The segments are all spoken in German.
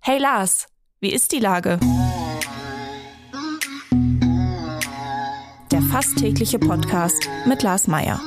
Hey Lars, wie ist die Lage? Der fast tägliche Podcast mit Lars Meyer.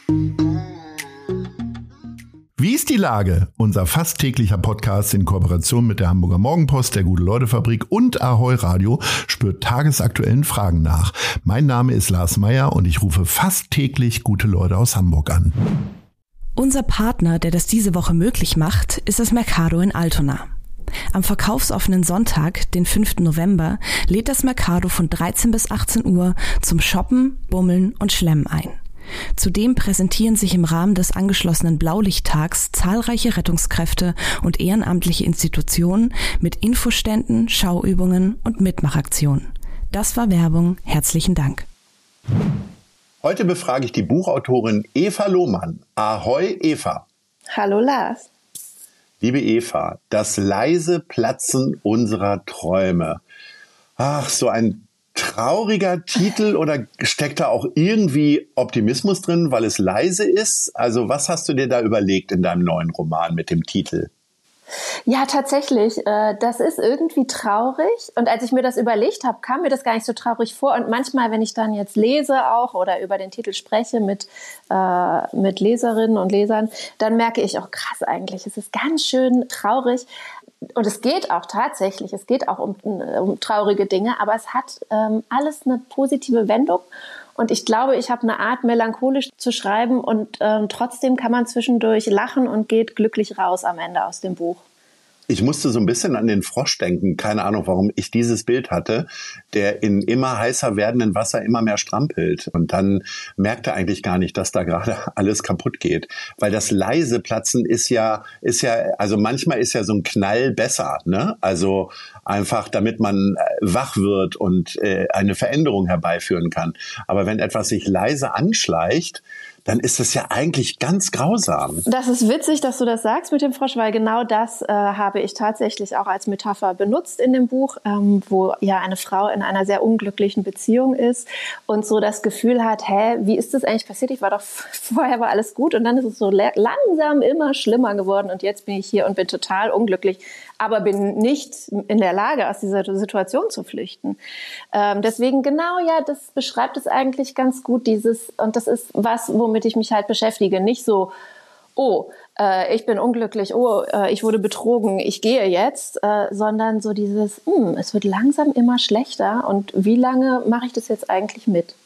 Wie ist die Lage? Unser fast täglicher Podcast in Kooperation mit der Hamburger Morgenpost, der Gute-Leute-Fabrik und Ahoi Radio spürt tagesaktuellen Fragen nach. Mein Name ist Lars Meyer und ich rufe fast täglich gute Leute aus Hamburg an. Unser Partner, der das diese Woche möglich macht, ist das Mercado in Altona. Am verkaufsoffenen Sonntag, den 5. November, lädt das Mercado von 13 bis 18 Uhr zum Shoppen, Bummeln und Schlemmen ein. Zudem präsentieren sich im Rahmen des angeschlossenen Blaulichttags zahlreiche Rettungskräfte und ehrenamtliche Institutionen mit Infoständen, Schauübungen und Mitmachaktionen. Das war Werbung. Herzlichen Dank. Heute befrage ich die Buchautorin Eva Lohmann. Ahoi, Eva. Hallo, Lars. Liebe Eva, das leise Platzen unserer Träume. Ach, so ein trauriger Titel, oder steckt da auch irgendwie Optimismus drin, weil es leise ist? Also was hast du dir da überlegt in deinem neuen Roman mit dem Titel? Ja, tatsächlich. Das ist irgendwie traurig. Und als ich mir das überlegt habe, kam mir das gar nicht so traurig vor. Und manchmal, wenn ich dann jetzt lese auch oder über den Titel spreche mit Leserinnen und Lesern, dann merke ich auch, krass eigentlich, es ist ganz schön traurig. Und es geht auch tatsächlich, es geht auch um traurige Dinge, aber es hat alles eine positive Wendung. Und ich glaube, ich habe eine Art, melancholisch zu schreiben und trotzdem kann man zwischendurch lachen und geht glücklich raus am Ende aus dem Buch. Ich musste so ein bisschen an den Frosch denken. Keine Ahnung, warum ich dieses Bild hatte, der in immer heißer werdendem Wasser immer mehr strampelt. Und dann merkt er eigentlich gar nicht, dass da gerade alles kaputt geht. Weil das leise Platzen ist ja, also manchmal ist ja so ein Knall besser, ne? Also einfach, damit man wach wird und eine Veränderung herbeiführen kann. Aber wenn etwas sich leise anschleicht, dann ist das ja eigentlich ganz grausam. Das ist witzig, dass du das sagst mit dem Frosch, weil genau das habe ich tatsächlich auch als Metapher benutzt in dem Buch, wo ja eine Frau in einer sehr unglücklichen Beziehung ist und so das Gefühl hat, wie ist das eigentlich passiert? Vorher war alles gut und dann ist es so langsam immer schlimmer geworden und jetzt bin ich hier und bin total unglücklich, aber bin nicht in der Lage, aus dieser Situation zu flüchten. Deswegen genau, ja, das beschreibt es eigentlich ganz gut, und das ist was, womit ich mich halt beschäftige. Nicht so, ich bin unglücklich, ich wurde betrogen, ich gehe jetzt, sondern so dieses, es wird langsam immer schlechter und wie lange mache ich das jetzt eigentlich mit?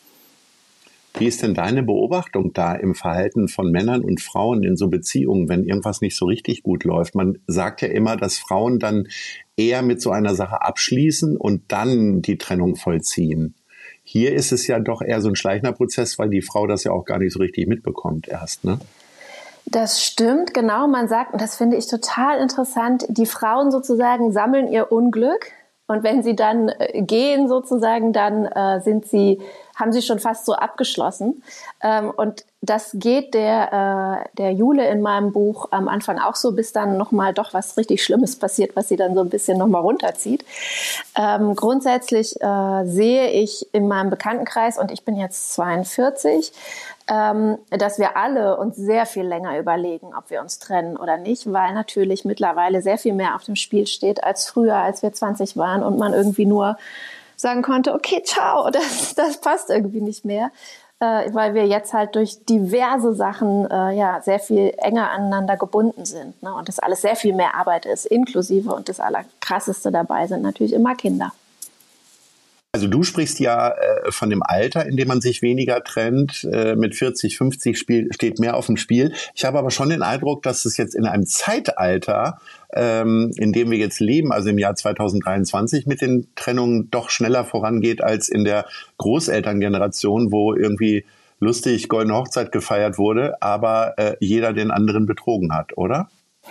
Wie ist denn deine Beobachtung da im Verhalten von Männern und Frauen in so Beziehungen, wenn irgendwas nicht so richtig gut läuft? Man sagt ja immer, dass Frauen dann eher mit so einer Sache abschließen und dann die Trennung vollziehen. Hier ist es ja doch eher so ein schleichender Prozess, weil die Frau das ja auch gar nicht so richtig mitbekommt erst, ne? Das stimmt, genau. Man sagt, und das finde ich total interessant, die Frauen sozusagen sammeln ihr Unglück. Und wenn sie dann gehen sozusagen, dann haben sie schon fast so abgeschlossen. Und das geht der Jule in meinem Buch am Anfang auch so, bis dann nochmal doch was richtig Schlimmes passiert, was sie dann so ein bisschen nochmal runterzieht. Grundsätzlich sehe ich in meinem Bekanntenkreis, und ich bin jetzt 42, dass wir alle uns sehr viel länger überlegen, ob wir uns trennen oder nicht, weil natürlich mittlerweile sehr viel mehr auf dem Spiel steht als früher, als wir 20 waren und man irgendwie nur sagen konnte, okay, ciao, das passt irgendwie nicht mehr, weil wir jetzt halt durch diverse Sachen sehr viel enger aneinander gebunden sind, ne? Und das alles sehr viel mehr Arbeit ist, inklusive, und das Allerkrasseste dabei sind natürlich immer Kinder. Also du sprichst ja von dem Alter, in dem man sich weniger trennt. Mit 40, 50 steht mehr auf dem Spiel. Ich habe aber schon den Eindruck, dass es jetzt in einem Zeitalter, in dem wir jetzt leben, also im Jahr 2023, mit den Trennungen doch schneller vorangeht als in der Großelterngeneration, wo irgendwie lustig Goldene Hochzeit gefeiert wurde, aber jeder den anderen betrogen hat, oder?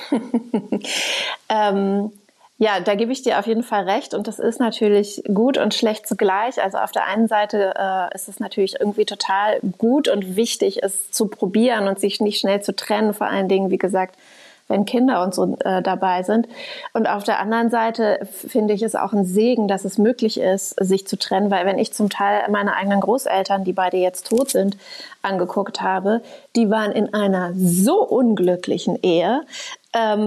Ja, da gebe ich dir auf jeden Fall recht, und das ist natürlich gut und schlecht zugleich. Also auf der einen Seite ist es natürlich irgendwie total gut und wichtig, es zu probieren und sich nicht schnell zu trennen, vor allen Dingen, wie gesagt, wenn Kinder und so dabei sind. Und auf der anderen Seite finde ich es auch ein Segen, dass es möglich ist, sich zu trennen, weil wenn ich zum Teil meine eigenen Großeltern, die beide jetzt tot sind, angeguckt habe, die waren in einer so unglücklichen Ehe,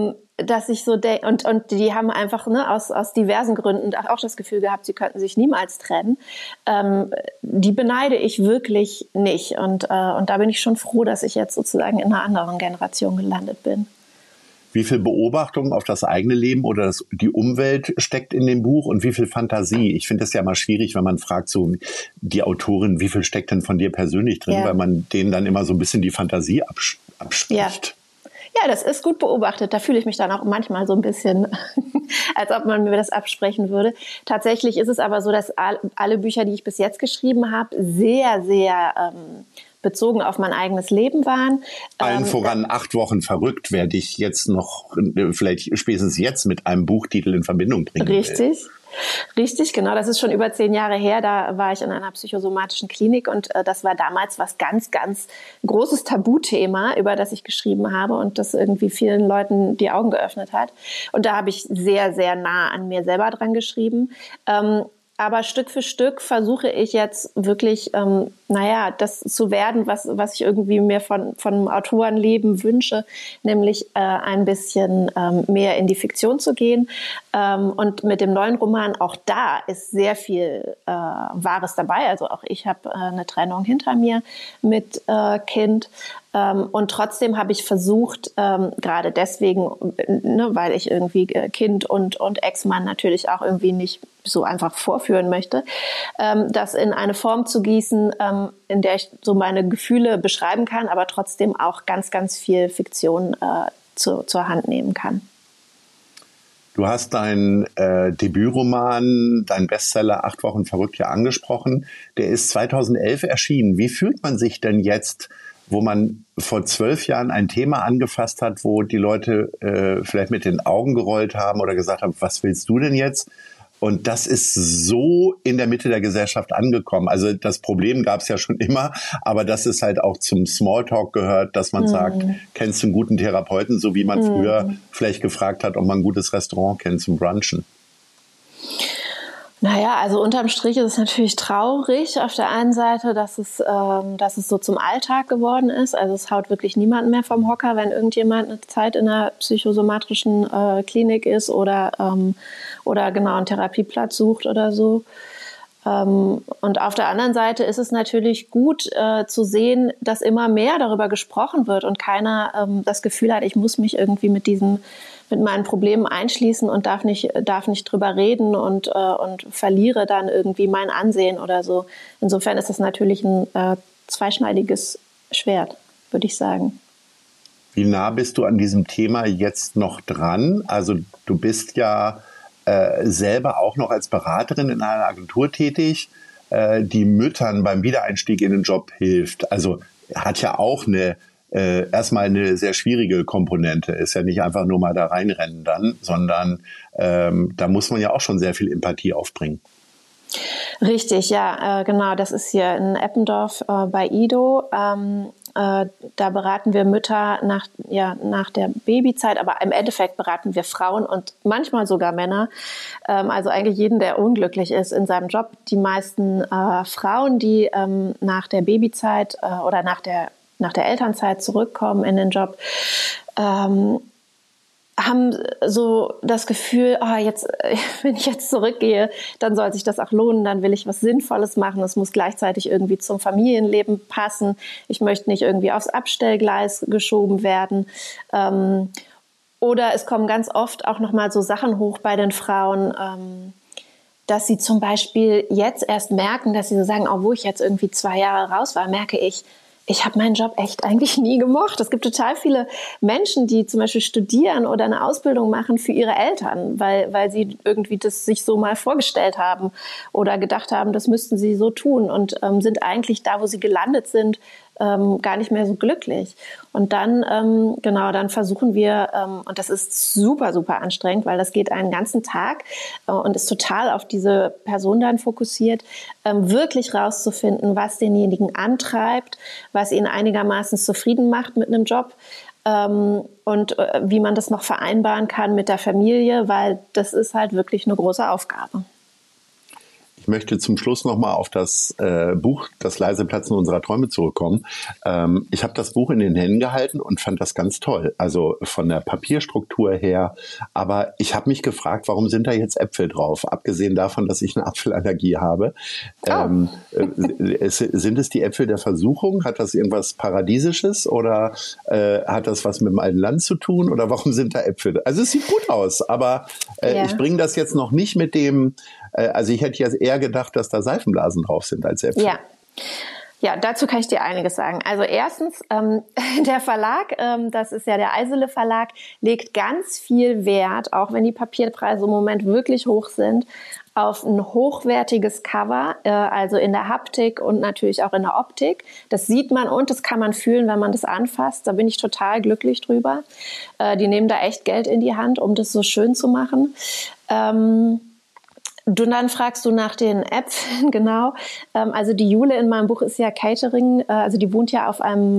dass ich so denke, und die haben einfach aus diversen Gründen auch das Gefühl gehabt, sie könnten sich niemals trennen. Die beneide ich wirklich nicht. Und da bin ich schon froh, dass ich jetzt sozusagen in einer anderen Generation gelandet bin. Wie viel Beobachtung auf das eigene Leben oder die Umwelt steckt in dem Buch und wie viel Fantasie? Ich finde es ja mal schwierig, wenn man fragt, so die Autorin, wie viel steckt denn von dir persönlich drin, weil man denen dann immer so ein bisschen die Fantasie abspricht. Ja, das ist gut beobachtet. Da fühle ich mich dann auch manchmal so ein bisschen, als ob man mir das absprechen würde. Tatsächlich ist es aber so, dass alle Bücher, die ich bis jetzt geschrieben habe, sehr, sehr bezogen auf mein eigenes Leben waren. Allen voran 8 Wochen verrückt, wer dich jetzt noch, vielleicht spätestens jetzt mit einem Buchtitel in Verbindung bringen will. Richtig, genau. Das ist schon über 10 Jahre her. Da war ich in einer psychosomatischen Klinik und das war damals was ganz, ganz großes Tabuthema, über das ich geschrieben habe und das irgendwie vielen Leuten die Augen geöffnet hat. Und da habe ich sehr, sehr nah an mir selber dran geschrieben. Aber Stück für Stück versuche ich jetzt wirklich, das zu werden, was ich irgendwie mir von Autorenleben wünsche, nämlich ein bisschen mehr in die Fiktion zu gehen. Und mit dem neuen Roman, auch da ist sehr viel Wahres dabei. Also auch ich habe eine Trennung hinter mir mit Kind. Und trotzdem habe ich versucht, gerade deswegen, weil ich irgendwie Kind und Ex-Mann natürlich auch irgendwie nicht so einfach vorführen möchte, das in eine Form zu gießen, in der ich so meine Gefühle beschreiben kann, aber trotzdem auch ganz, ganz viel Fiktion zur Hand nehmen kann. Du hast deinen Debütroman, deinen Bestseller 8 Wochen verrückt ja angesprochen. Der ist 2011 erschienen. Wie fühlt man sich denn jetzt, wo man vor 12 Jahren ein Thema angefasst hat, wo die Leute vielleicht mit den Augen gerollt haben oder gesagt haben, was willst du denn jetzt? Und das ist so in der Mitte der Gesellschaft angekommen. Also das Problem gab es ja schon immer, aber dass es halt auch zum Smalltalk gehört, dass man sagt, kennst du einen guten Therapeuten, so wie man früher vielleicht gefragt hat, ob man ein gutes Restaurant kennt zum Brunchen. Naja, also unterm Strich ist es natürlich traurig auf der einen Seite, dass es so zum Alltag geworden ist. Also es haut wirklich niemanden mehr vom Hocker, wenn irgendjemand eine Zeit in einer psychosomatischen Klinik ist oder genau einen Therapieplatz sucht oder so. Und auf der anderen Seite ist es natürlich gut zu sehen, dass immer mehr darüber gesprochen wird und keiner das Gefühl hat, ich muss mich irgendwie mit meinen Problemen einschließen und darf nicht drüber reden und verliere dann irgendwie mein Ansehen oder so. Insofern ist das natürlich ein zweischneidiges Schwert, würde ich sagen. Wie nah bist du an diesem Thema jetzt noch dran? Also du bist ja selber auch noch als Beraterin in einer Agentur tätig, die Müttern beim Wiedereinstieg in den Job hilft. Also hat ja auch erstmal eine sehr schwierige Komponente. Ist ja nicht einfach nur mal da reinrennen dann, sondern da muss man ja auch schon sehr viel Empathie aufbringen. Richtig, ja, genau. Das ist hier in Eppendorf bei Ido. Da beraten wir Mütter nach der Babyzeit, aber im Endeffekt beraten wir Frauen und manchmal sogar Männer. Also eigentlich jeden, der unglücklich ist in seinem Job. Die meisten Frauen, die nach der Babyzeit oder nach der Elternzeit zurückkommen in den Job, haben so das Gefühl, wenn ich jetzt zurückgehe, dann soll sich das auch lohnen, dann will ich was Sinnvolles machen, es muss gleichzeitig irgendwie zum Familienleben passen, ich möchte nicht irgendwie aufs Abstellgleis geschoben werden. Oder es kommen ganz oft auch nochmal so Sachen hoch bei den Frauen, dass sie zum Beispiel jetzt erst merken, dass sie so sagen, obwohl ich jetzt irgendwie 2 Jahre raus war, merke ich habe meinen Job echt eigentlich nie gemocht. Es gibt total viele Menschen, die zum Beispiel studieren oder eine Ausbildung machen für ihre Eltern, weil sie irgendwie das sich so mal vorgestellt haben oder gedacht haben, das müssten sie so tun und sind eigentlich da, wo sie gelandet sind, gar nicht mehr so glücklich. Und dann, dann versuchen wir, und das ist super, super anstrengend, weil das geht einen ganzen Tag und ist total auf diese Person dann fokussiert, wirklich rauszufinden, was denjenigen antreibt, was ihn einigermaßen zufrieden macht mit einem Job und wie man das noch vereinbaren kann mit der Familie, weil das ist halt wirklich eine große Aufgabe. Ich möchte zum Schluss nochmal auf das Buch Das leise Platzen unserer Träume zurückkommen. Ich habe das Buch in den Händen gehalten und fand das ganz toll. Also von der Papierstruktur her. Aber ich habe mich gefragt, warum sind da jetzt Äpfel drauf? Abgesehen davon, dass ich eine Apfelallergie habe. Sind es die Äpfel der Versuchung? Hat das irgendwas Paradiesisches? Oder hat das was mit dem alten Land zu tun? Oder warum sind da Äpfel? Also es sieht gut aus, aber ich bringe das jetzt noch nicht mit dem... Also ich hätte jetzt eher gedacht, dass da Seifenblasen drauf sind als Äpfel. Ja, dazu kann ich dir einiges sagen. Also erstens, der Verlag, das ist ja der Eisele Verlag, legt ganz viel Wert, auch wenn die Papierpreise im Moment wirklich hoch sind, auf ein hochwertiges Cover, also in der Haptik und natürlich auch in der Optik. Das sieht man und das kann man fühlen, wenn man das anfasst. Da bin ich total glücklich drüber. Die nehmen da echt Geld in die Hand, um das so schön zu machen. Dann fragst du nach den Äpfeln, genau. Also die Jule in meinem Buch ist ja Catering, also die wohnt ja auf einem,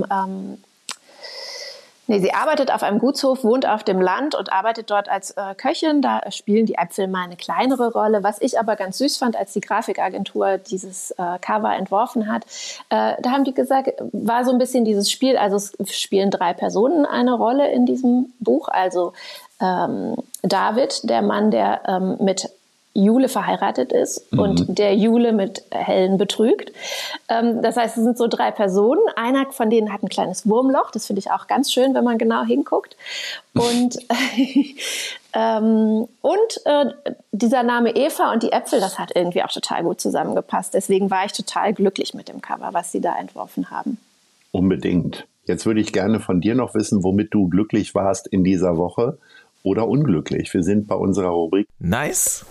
sie arbeitet auf einem Gutshof, wohnt auf dem Land und arbeitet dort als Köchin. Da spielen die Äpfel mal eine kleinere Rolle. Was ich aber ganz süß fand, als die Grafikagentur dieses Cover entworfen hat, da haben die gesagt, war so ein bisschen dieses Spiel, also es spielen 3 Personen eine Rolle in diesem Buch. Also David, der Mann, der mit Jule verheiratet ist und der Jule mit Helen betrügt. Das heißt, es sind so 3 Personen. Einer von denen hat ein kleines Wurmloch. Das finde ich auch ganz schön, wenn man genau hinguckt. Und, dieser Name Eva und die Äpfel, das hat irgendwie auch total gut zusammengepasst. Deswegen war ich total glücklich mit dem Cover, was sie da entworfen haben. Unbedingt. Jetzt würde ich gerne von dir noch wissen, womit du glücklich warst in dieser Woche. Oder unglücklich. Wir sind bei unserer Rubrik Nice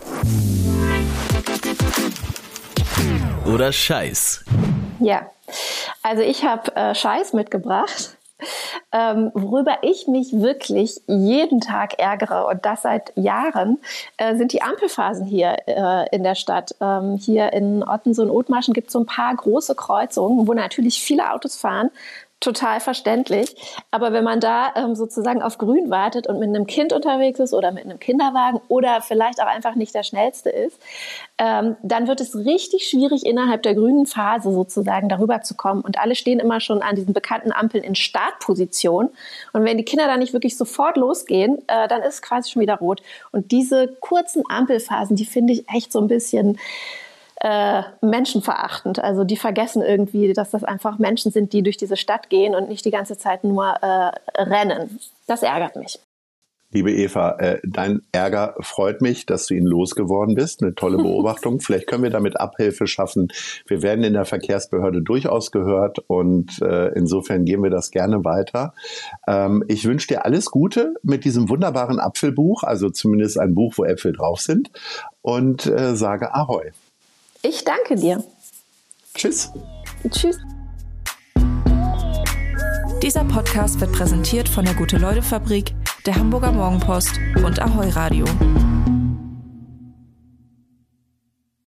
oder Scheiß. Ja, also ich habe Scheiß mitgebracht, worüber ich mich wirklich jeden Tag ärgere und das seit Jahren, sind die Ampelphasen hier in der Stadt. Hier in Ottensen und Othmarschen gibt es so ein paar große Kreuzungen, wo natürlich viele Autos fahren. Total verständlich. Aber wenn man da sozusagen auf Grün wartet und mit einem Kind unterwegs ist oder mit einem Kinderwagen oder vielleicht auch einfach nicht der Schnellste ist, dann wird es richtig schwierig, innerhalb der grünen Phase sozusagen darüber zu kommen. Und alle stehen immer schon an diesen bekannten Ampeln in Startposition. Und wenn die Kinder dann nicht wirklich sofort losgehen, dann ist es quasi schon wieder rot. Und diese kurzen Ampelphasen, die finde ich echt so ein bisschen menschenverachtend. Also die vergessen irgendwie, dass das einfach Menschen sind, die durch diese Stadt gehen und nicht die ganze Zeit nur rennen. Das ärgert mich. Liebe Eva, dein Ärger freut mich, dass du ihn losgeworden bist. Eine tolle Beobachtung. Vielleicht können wir damit Abhilfe schaffen. Wir werden in der Verkehrsbehörde durchaus gehört und insofern gehen wir das gerne weiter. Ich wünsche dir alles Gute mit diesem wunderbaren Apfelbuch, also zumindest ein Buch, wo Äpfel drauf sind, und sage Ahoi. Ich danke dir. Tschüss. Tschüss. Dieser Podcast wird präsentiert von der Gute-Leute-Fabrik, der Hamburger Morgenpost und Ahoi Radio.